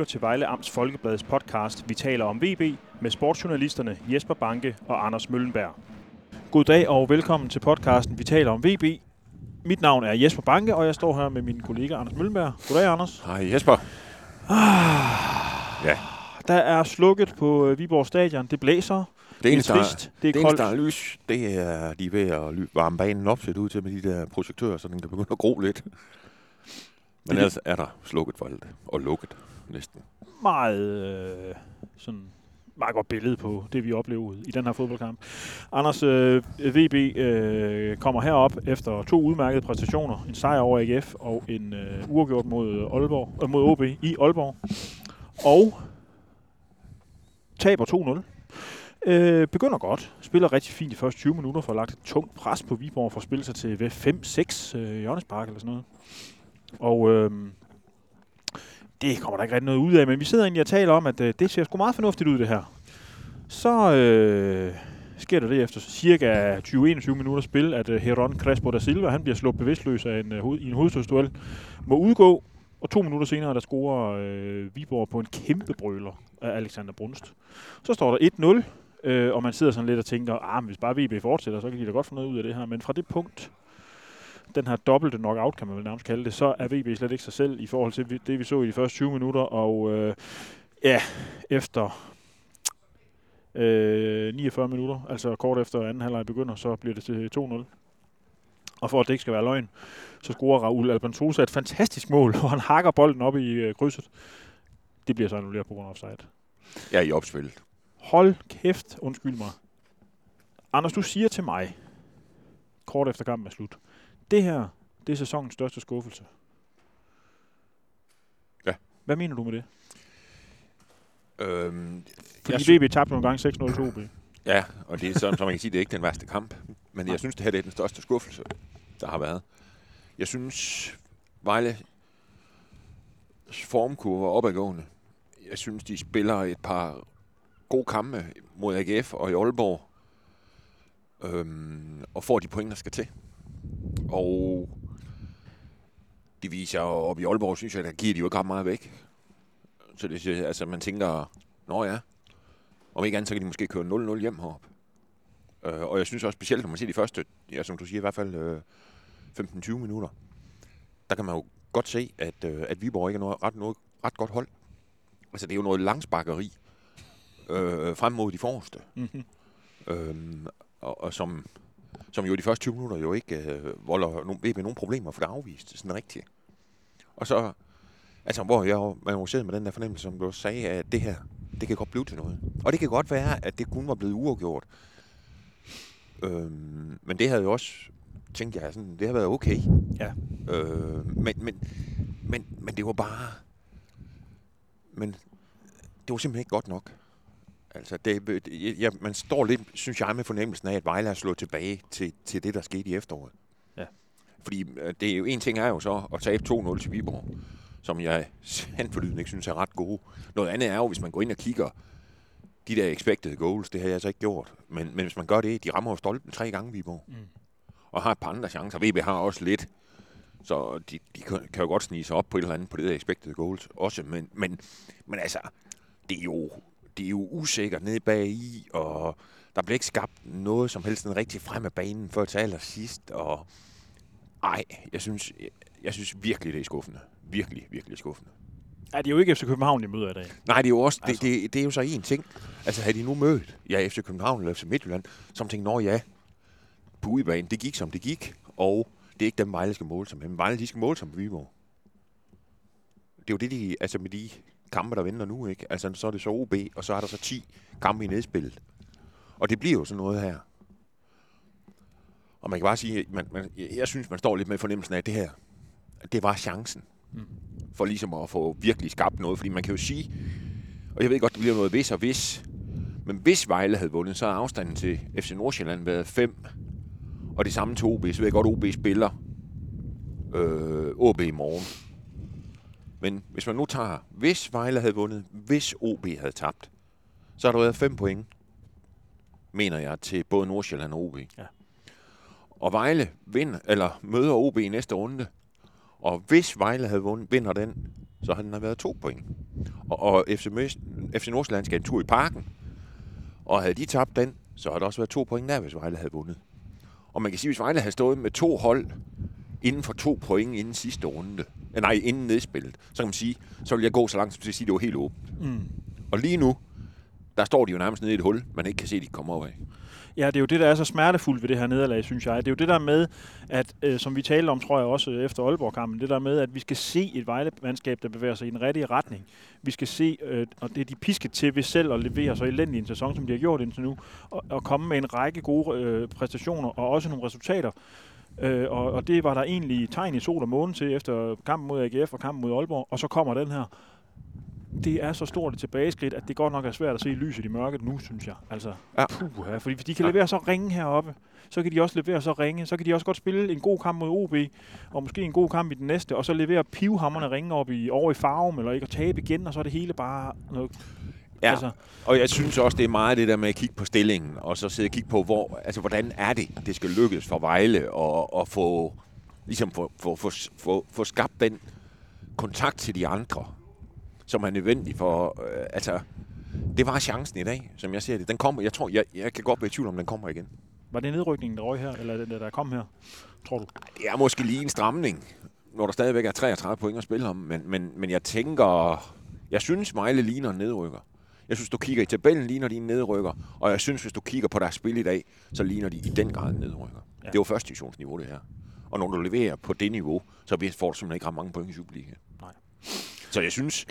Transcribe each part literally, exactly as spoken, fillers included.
lytter til Vejle Amts Folkebladets podcast Vi taler om V B med sportsjournalisterne Jesper Banke og Anders Møllenberg. Goddag og velkommen til podcasten Vi taler om V B. Mit navn er Jesper Banke, og jeg står her med min kollega Anders Møllenberg. Goddag, Anders. Hej Jesper. Ah, ja. Der er slukket på Viborg Stadion. Det blæser. Det eneste, det er trist. Det er det koldt. eneste, der er lys, det er de er ved at ly- varme banen op, set ud til med de der projektører, så den kan begynde at gro lidt. Men ellers er der slukket for alt. Og lukket næsten. Meget, øh, sådan, meget godt billede på det, vi oplever i den her fodboldkamp. Anders, øh, V B øh, kommer herop efter to udmærkede præstationer. En sejr over A G F og en øh, uafgjort mod, Aalborg, øh, mod O B i Aalborg. Og taber to nul. Øh, begynder godt. Spiller rigtig fint de første tyve minutter, for at lagt et tungt pres på Viborg for at spille sig til fem seks øh, hjørnespark eller sådan noget. Og øh, det kommer der ikke rigtig noget ud af, men vi sidder egentlig og taler om, at øh, det ser sgu meget fornuftigt ud, det her. Så øh, sker der det efter cirka tyve til enogtyve minutter spil, at øh, Heron Crespo da Silva, han bliver slået bevidstløs af en, øh, hoved, i en hovedstødsduel, må udgå, og to minutter senere, der scorer øh, Viborg på en kæmpe brøler af Alexander Brunst. Så står der et nul, øh, og man sidder sådan lidt og tænker, ah, men hvis bare V B fortsætter, så kan de da godt få noget ud af det her, men fra det punkt, den her dobbelte knockout, kan man vel nærmest kalde det, så er V B slet ikke sig selv i forhold til det, vi så i de første tyve minutter. Og øh, ja, efter øh, niogfyrre minutter, altså kort efter anden halvleg begynder, så bliver det til to nul. Og for at det ikke skal være løgn, så scorer Raúl Albentosa et fantastisk mål, hvor han hakker bolden op i øh, krydset. Det bliver så annulleret på grund af offside. Ja, i opspillet. Hold kæft, undskyld mig. Anders, du siger til mig, kort efter kampen er slut, det her, det er sæsonens største skuffelse. Ja. Hvad mener du med det? Øhm, Fordi V B tabte nogle gange seks nul til O B. Ja, og det er sådan, som man kan sige, det er ikke den værste kamp. Men jeg synes, det her det er den største skuffelse, der har været. Jeg synes, Vejle formkurve er opadgående. Jeg synes, de spiller et par gode kampe mod A G F og i Aalborg. Øhm, og får de point, der skal til. Og de viser op i Aalborg, synes jeg, der giver de jo ikke ret meget væk. Så det, altså, man tænker, nå ja, om ikke andet, så kan de måske køre nul nul hjem heroppe. Øh, og jeg synes også specielt, når man ser de første, ja, som du siger, i hvert fald øh, femten til tyve minutter, der kan man jo godt se, at, øh, at Viborg ikke er noget, ret, noget, ret godt hold. Altså, det er jo noget langsparkeri øh, frem mod de forreste. Mm-hmm. Øhm, og, og som... som jo de første tyve minutter jo ikke øh, volder no- V B nogen problemer, for det er afvist sådan rigtigt. Og så, altså, hvor jeg man jo sidder med den der fornemmelse, som du sagde, at det her, det kan godt blive til noget. Og det kan godt være, at det kun var blevet uafgjort. Øhm, men det havde jo også, tænkte jeg, sådan, det har været okay. Ja. Øh, men, men, men, men det var bare, men det var simpelthen ikke godt nok. Altså, det, ja, man står lidt, synes jeg, med fornemmelsen af, at Vejle har slået tilbage til, til det, der skete i efteråret. Ja. Fordi det er jo, en ting er jo så at tabe to nul til Viborg, som jeg sandforlydende ikke synes er ret gode. Noget andet er jo, hvis man går ind og kigger de der expected goals, det har jeg altså ikke gjort. Men, men hvis man gør det, de rammer jo stolpen tre gange Viborg. Mm. Og har et par andre chancer. V B har også lidt, så de, de kan, kan jo godt snige sig op på et eller andet på det der expected goals også. Men, men, men altså, det er jo... Det er jo usikkert nede bag i, og der bliver ikke skabt noget som helst en rigtig frem af banen før til allersidst. Og ej, jeg synes, jeg, jeg synes virkelig, det er skuffende. Virkelig, virkelig skuffende. Ja, det er jo ikke F C København, de møder i dag. Nej, det er jo også, altså. det, det, det er jo så en ting. Altså, havde de nu mødt, ja, F C København eller F C Midtjylland, som tænkte, nå ja, på udebanen, det gik som det gik, og det er ikke dem, Vejle skal måle som. Men Vejle, de skal måle som på Viborg. Det er jo det, de, altså med de kampe, der venter nu, ikke? Altså, så er det så O B, og så er der så ti kampe i nedspillet. Og det bliver jo sådan noget her. Og man kan bare sige, man, man, jeg synes, man står lidt med fornemmelsen af, at det her, det var chancen. Mm. For ligesom at få virkelig skabt noget. Fordi man kan jo sige, og jeg ved godt, det bliver noget hvis og hvis, men hvis Vejle havde vundet, så er afstanden til F C Nordsjælland været fem, og det samme til O B. Så ved jeg godt, O B spiller øh, O B i morgen. Men hvis man nu tager, hvis Vejle havde vundet, hvis O B havde tabt, så har der været fem point, mener jeg, til både Nordsjælland og O B. Ja. Og Vejle vinder, eller møder O B i næste runde, og hvis Vejle havde vundet, vinder den, så har den været to point. og, og F C, F C Nordsjælland skal en tur i Parken. Og havde de tabt den, så havde der også været to point der, hvis Vejle havde vundet. Og man kan sige, hvis Vejle havde stået med to hold inden for to point inden sidste runde, nej, inden nedspillet, så kan man sige, så vil jeg gå så langt som til at sige, at det var helt åbent. Mm. Og lige nu, der står de jo nærmest nede i et hul, man ikke kan se, at de kommer op af. Ja, det er jo det, der er så smertefuldt ved det her nederlag, synes jeg. Det er jo det der med, at øh, som vi talte om, tror jeg også efter Aalborg-kampen, det der med, at vi skal se et Vejle-mandskab, der bevæger sig i den rigtige retning. Vi skal se, øh, og det er de pisket til ved selv at levere så elendig en sæson, som de har gjort indtil nu, og, og komme med en række gode øh, præstationer og også nogle resultater. Øh, og, og det var der egentlig tegn i sol og måne til efter kampen mod A G F og kampen mod Aalborg, og så kommer den her. Det er så stort et tilbageskridt, at det godt nok er svært at se lyset i mørket nu, synes jeg. Altså, ja. Puh, fordi hvis de kan levere så ringe heroppe, så kan de også levere så ringe, så kan de også godt spille en god kamp mod O B, og måske en god kamp i den næste, og så levere pivhammerne ringe op i, over i Farum, eller ikke, og tabe igen, og så er det hele bare noget. Ja, altså. Og jeg synes også, det er meget det der med at kigge på stillingen, og så sidde og kigge på, hvor, altså, hvordan er det, det skal lykkes for Vejle, og, og få, ligesom få, få, få, få, få skabt den kontakt til de andre, som er nødvendig for, øh, altså, det var chancen i dag, som jeg ser det. Den kommer, jeg tror, jeg, jeg kan godt være i tvivl om, den kommer igen. Var det nedrykningen, der røg her, eller den, der kom her, tror du? Det er måske lige en stramning, når der stadigvæk er treogtredive point at spille om, men, men, men jeg tænker, jeg synes, Vejle ligner en nedrykker. Jeg synes, du kigger i tabellen, ligner de en nedrykker, og jeg synes, hvis du kigger på deres spil i dag, så ligner de i den grad en nedrykker. Ja. Det er jo første divisionsniveau, det her. Og når du leverer på det niveau, så får du simpelthen ikke ret mange point i Superliga. Nej. Så jeg synes,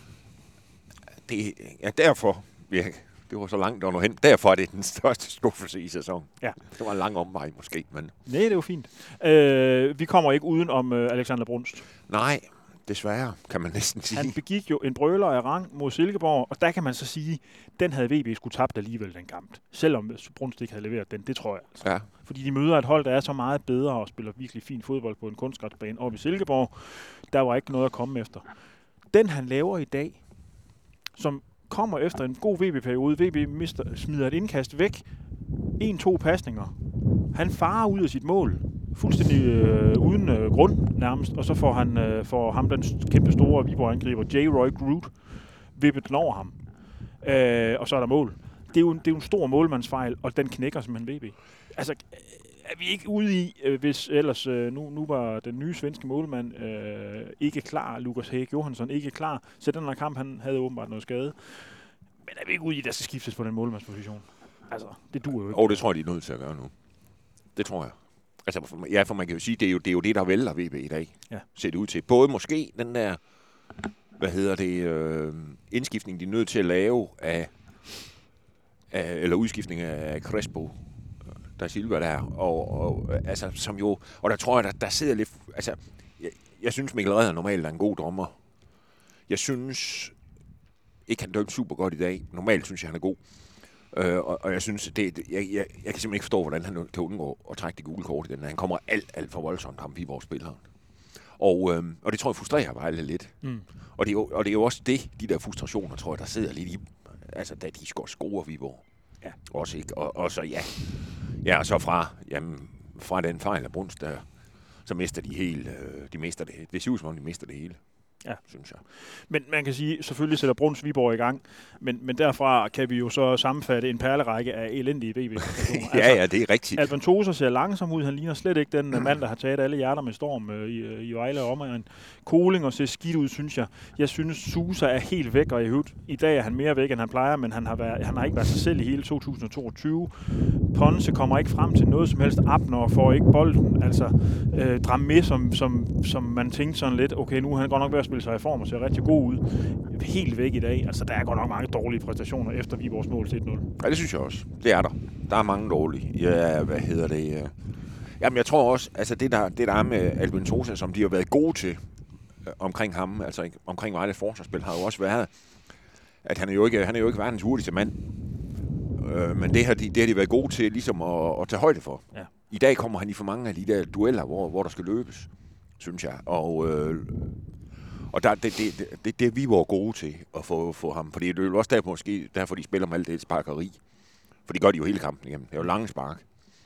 det er derfor, ja, det var så langt der nu hen, derfor er det den største skuffelse i sæsonen. Ja. Det var en lang omvej måske, men... Nej, det var fint. Øh, vi kommer ikke uden om øh, Alexander Brunst. Nej, desværre, kan man næsten sige. Han begik jo en brøler af rang mod Silkeborg, og der kan man så sige, den havde V B skulle tabt alligevel, den kamp. Selvom Brunst ikke havde leveret den, det tror jeg altså. Ja. Fordi de møder et hold, der er så meget bedre og spiller virkelig fin fodbold på en kunstgræsbane oppe i Silkeborg. Der var ikke noget at komme efter. Den han laver i dag, som kommer efter en god V B-periode, V B mister, smider et indkast væk, en, to pasninger. Han farer ud af sit mål, fuldstændig øh, uden øh, grund nærmest, og så får han øh, får ham den kæmpe store Viborg-angriber, J. Roy Groot, vippet den over ham. Øh, og så er der mål. Det er, jo en, det er jo en stor målmandsfejl, og den knækker simpelthen V B. Altså, er vi ikke ude i, øh, hvis ellers øh, nu, nu var den nye svenske målmand øh, ikke klar, Lukas Hæk Johansson ikke klar, så den her kamp, han havde åbenbart noget skade. Men er vi ikke ude i, der skal skiftes på den målmandsposition? Altså, det duer jo ikke. Og det tror jeg, de er nødt til at gøre nu. Det tror jeg. Altså, for, ja, for man kan jo sige, det er jo det, er jo det der vælter V B i dag. Ja. Ser det ud til. Både måske den der, hvad hedder det, øh, indskiftning, de er nødt til at lave af, af eller udskiftning af Crespo, der Silva der, og, og altså, som jo, og der tror jeg, der, der sidder lidt, altså, jeg, jeg synes, Mikkel Redder normalt er en god dommer. Jeg synes ikke, han dømte super godt i dag. Normalt synes jeg, han er god. Øh, og, og jeg synes, det, jeg, jeg, jeg kan simpelthen ikke forstå, hvordan han kan undgå at trække det gule kort i den. Han kommer alt, alt for voldsomt, ham Viborg spilleren. Og, øhm, og det tror jeg frustrerer Vejle lidt. Mm. Og, det er jo, og det er jo også det, de der frustrationer, tror jeg, der sidder lidt i, altså da de skal score Viborg. Ja. Også ikke. Og, og så ja, ja, og så fra, jamen, fra den fejl af Brunst, der, så mister de helt, øh, de mister det. Det ser ud som om, de mister det hele. Ja, synes jeg. Men man kan sige, selvfølgelig sætter Bruns Viborg i gang, men, men derfra kan vi jo så sammenfatte en perlerække af elendige V B. ja, altså, ja, det er rigtigt. Alban Tosa ser langsom ud, han ligner slet ikke den mm. mand, der har taget alle hjerter med storm øh, i, i Vejle og omegn. Kolinger ser skidt ud, synes jeg. Jeg synes, Sousa er helt væk, og i, højt. I dag er han mere væk, end han plejer, men han har, været, han har ikke været sig selv i hele to tusind toogtyve. Ponce kommer ikke frem til noget som helst. Abner får ikke bolden. Altså, øh, Dramé, som, som, som man tænkte sådan lidt, okay, nu er han godt nok ved at spille sig i form og ser rigtig god ud. Helt væk i dag. Altså, der er godt nok mange dårlige præstationer efter Viborgs mål til et nul. Ja, det synes jeg også. Det er der. Der er mange dårlige. Ja, hvad hedder det? Jamen, jeg tror også, altså det der, det der er med Alban Tosa, som de har været gode til øh, omkring ham, altså omkring Vejles forsvarsspil, har jo også været, at han er jo ikke, han er jo ikke verdens hurtigste mand. Øh, men det har, de, det har de været gode til ligesom at, at tage højde for. Ja. I dag kommer han i for mange af de der dueller, hvor, hvor der skal løbes, synes jeg. Og øh, Og der, det, det, det, det er vi var gode til at få, få ham. Fordi det er jo også der, måske, derfor de spiller med alt det sparkeri. For det gør de jo hele kampen igennem. Det er jo lange spark.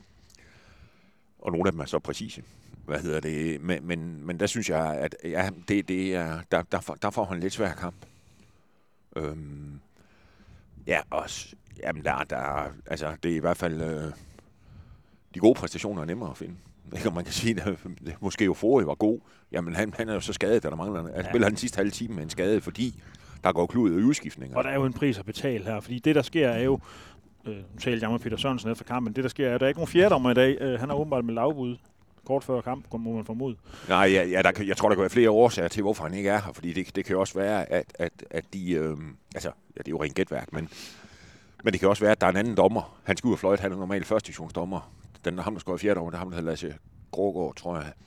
Og nogle af dem er så præcise. Hvad hedder det? Men, men, men der synes jeg, at ja, det, det er, der, der, der får han en lidt svær kamp. Øhm, ja, også, jamen der, der, altså det er i hvert fald, øh, de gode præstationer er nemmere at finde. Ikke, om man kan sige, at måske Eufori var god. Jamen, han, han er jo så skadet, der mangler. Han ja. spiller den sidste halve time med en skade, fordi der går klud i udskiftninger. Og der er jo en pris at betale her, fordi det, der sker, er jo... Øh, nu talte jeg med Peter Sørensen efter kampen. Det, der sker, er, at der er ikke nogen fjerdommer i dag. Øh, han er åbenbart med lavbud kort før kampen, må man formode. Nej, ja, ja, der, jeg tror, der kan være flere årsager til, hvorfor han ikke er her. Fordi det, det kan jo også være, at, at, at de... Øh, altså, ja, det er jo rent gætværk, men, men det kan også være, at der er en anden dommer. Han skal ud og fløjte. Han er normalt første divisionsdommer. Den, ham, der skår i fjerdommer, det er ham, der hedder Lasse Grågaard, tror jeg.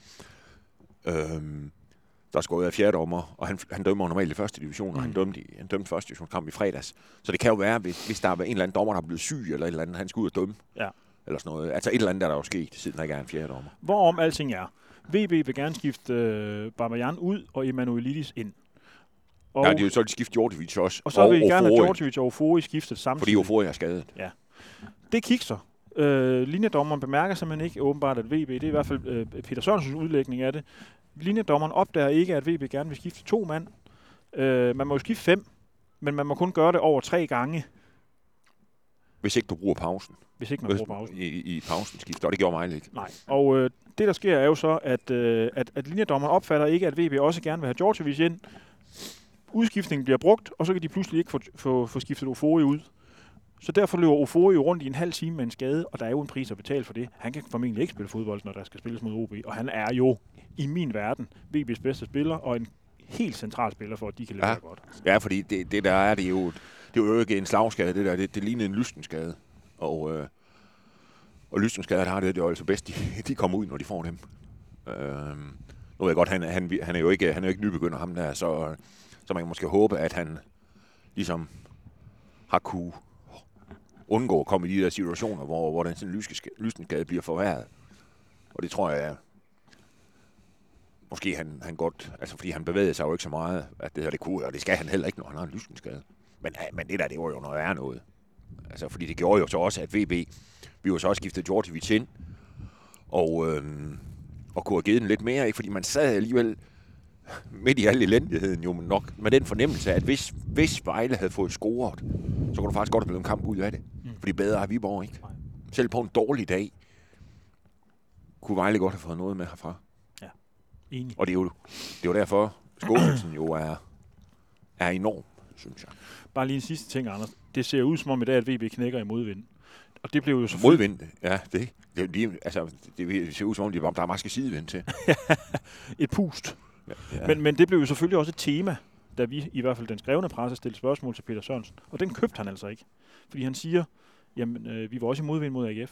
Øhm, der skal ud af fjerdommer, og han, han dømmer normalt i første division, og mm. han dømte, han dømte første divisionskamp i fredags. Så det kan jo være, hvis, hvis der er en eller anden dommer, der er blevet syg, eller et eller andet, han skal ud og dømme. Ja. Eller sådan noget. Altså et eller andet, der er der jo sket, siden der ikke er en fjerdommer. Hvorom alting er. V B vil gerne skifte øh, Barbarian ud, og Emanuelidis ind. Og ja, det er jo så, de skifter Djordjevic også. Og så og vil vi gerne have Djordjevic og Eufori skiftet samtidig. Fordi Eufori er skadet. Ja. Det kikser. Øh, linjedommeren bemærker simpelthen ikke åbenbart, at V B, det er i hvert fald øh, Peter Sørensens udlægning af det. Linjedommeren opdager ikke, at V B gerne vil skifte to mand. Øh, man må jo skifte fem, men man må kun gøre det over tre gange. Hvis ikke du bruger pausen. Hvis ikke man bruger pausen. I, i pausen skifter, og det gjorde mig ikke. Nej, og øh, det der sker er jo så, at, øh, at, at linjedommeren opfatter ikke, at V B også gerne vil have Djordjevic ind. Udskiftningen bliver brugt, og så kan de pludselig ikke få, få, få skiftet Eufori ud. Så derfor løber Eufori jo rundt i en halv time med en skade, og der er jo en pris at betale for det. Han kan formentlig ikke spille fodbold, når der skal spilles mod O B, og han er jo i min verden V B's bedste spiller, og en helt central spiller for, at de kan levere ja. godt. Ja, fordi det, det der er, det er jo, det er jo ikke en slagskade, det der, det, det ligner en lyskenskade. Og, øh, og lyskenskader, der har det, det er jo altså bedst, de, de kommer ud, når de får dem. Øh, nu ved jeg godt, han, han, han er jo ikke, han er jo ikke nybegynder ham der, så, så man kan måske håbe, at han ligesom har kunne undgå at komme i de der situationer, hvor, hvor den sådan lyskenskade bliver forværret. Og det tror jeg, måske han, han godt, altså fordi han bevægede sig jo ikke så meget, at det her det kunne, og det skal han heller ikke, når han har en lyskenskade. Men, men det der, det var jo noget værre noget. Altså, fordi det gjorde jo så også, at V B, vi jo så også skiftede Djordjevic ind, og, øhm, og kunne have givet den lidt mere, ikke? Fordi man sad alligevel midt i al elendigheden jo nok med den fornemmelse af, at hvis, hvis Vejle havde fået scoret, så kunne du faktisk godt have blevet en kamp ud af det. Mm. Fordi bedre har Viborg ikke. Nej. Selv på en dårlig dag, kunne Vejle godt have fået noget med herfra. Ja, enig. Og det er jo, det er jo derfor, skuffelsen jo er, er enorm, synes jeg. Bare lige en sidste ting, Anders. Det ser ud som om i dag, at V B knækker i modvind. Og det blev jo selvfølgelig... Modvind, ja. Det, det, det, altså, det ser ud som om, der er meget sidevind til. Et pust. Ja, ja. Men, men det blev jo selvfølgelig også et tema, da vi, i hvert fald den skrevne presse, stillede spørgsmål til Peter Sørensen. Og den købte han altså ikke. Fordi han siger, jamen, øh, vi var også i modvind mod A G F.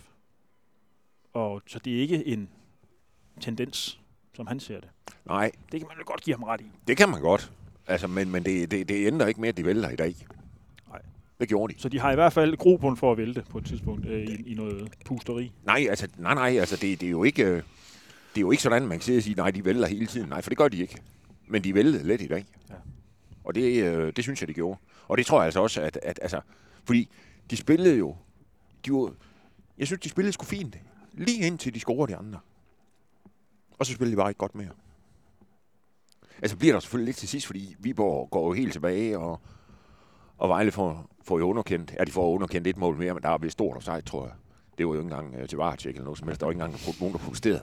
Og så det er ikke en tendens, som han ser det. Nej. Det kan man jo godt give ham ret i. Det kan man godt. Altså, men men det, det, det ændrer ikke med, at de vælter i dag. Nej. Det gjorde de. Så de har i hvert fald grobund for at vælte på et tidspunkt øh, i, i noget pusteri. Nej, altså, nej, nej, altså det, det er jo ikke... Øh, Det er jo ikke sådan, man kan sige, at nej, de vælter hele tiden. Nej, for det gør de ikke. Men de væltede lidt i dag. Ja. Og det, øh, det synes jeg, de gjorde. Og det tror jeg altså også, at, at altså... Fordi de spillede jo... De var, jeg synes, de spillede sgu fint. Lige indtil de scorede de andre. Og så spillede de bare ikke godt mere. Altså bliver der selvfølgelig lidt til sidst, fordi Viborg går jo helt tilbage, og, og Vejle får, får jo underkendt. Ja, de får underkendt et mål mere, men der er blevet stort og sejt, tror jeg. Det var jo ikke engang øh, til varetjek eller noget som helst. Der var ikke engang nogen, der protesterede.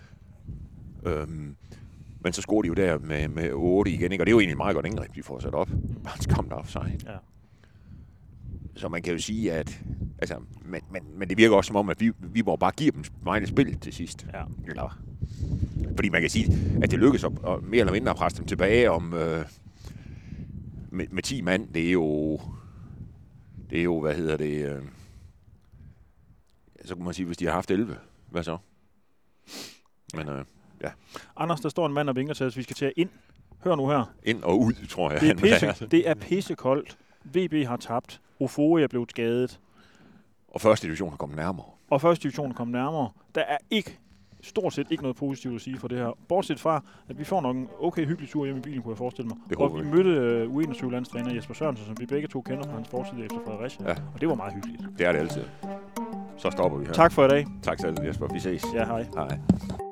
Øhm, men så scorede de jo der med, med otte igen, ikke? Og det er jo egentlig meget godt indgreb, de får sat op. Bare en skam der offside. Ja. Så man kan jo sige, at altså, men, men, men det virker også som om, at vi, vi må bare give dem meget spil til sidst. Ja. Eller, fordi man kan sige, at det lykkes at, at mere eller mindre at presse dem tilbage om øh, med, med ti mand. Det er jo, det er jo, hvad hedder det, øh, så kunne man sige, hvis de har haft elleve, hvad så? Men øh, ja. Anders, der står en mand og vinker til os, vi skal til ind. Hør nu her. Ind og ud, tror jeg. Det er, pisse, det er pissekoldt. V B har tabt. Eufori er blevet skadet. Og første division er kommet nærmere. Og første division er kommet nærmere. Der er ikke, stort set ikke noget positivt at sige for det her. Bortset fra, at vi får nok en okay hyggelig tur hjem i bilen, kunne jeg forestille mig. Det og vi vi. mødte uh, U enogtyve-landstræner Jesper Sørensen, som vi begge to kender fra hans fortid efter Fredericia. Ja. Og det var meget hyggeligt. Det er det altid. Så stopper vi her. Tak for i dag. Tak selv, Jesper. Vi ses. Ja, hej. Hej.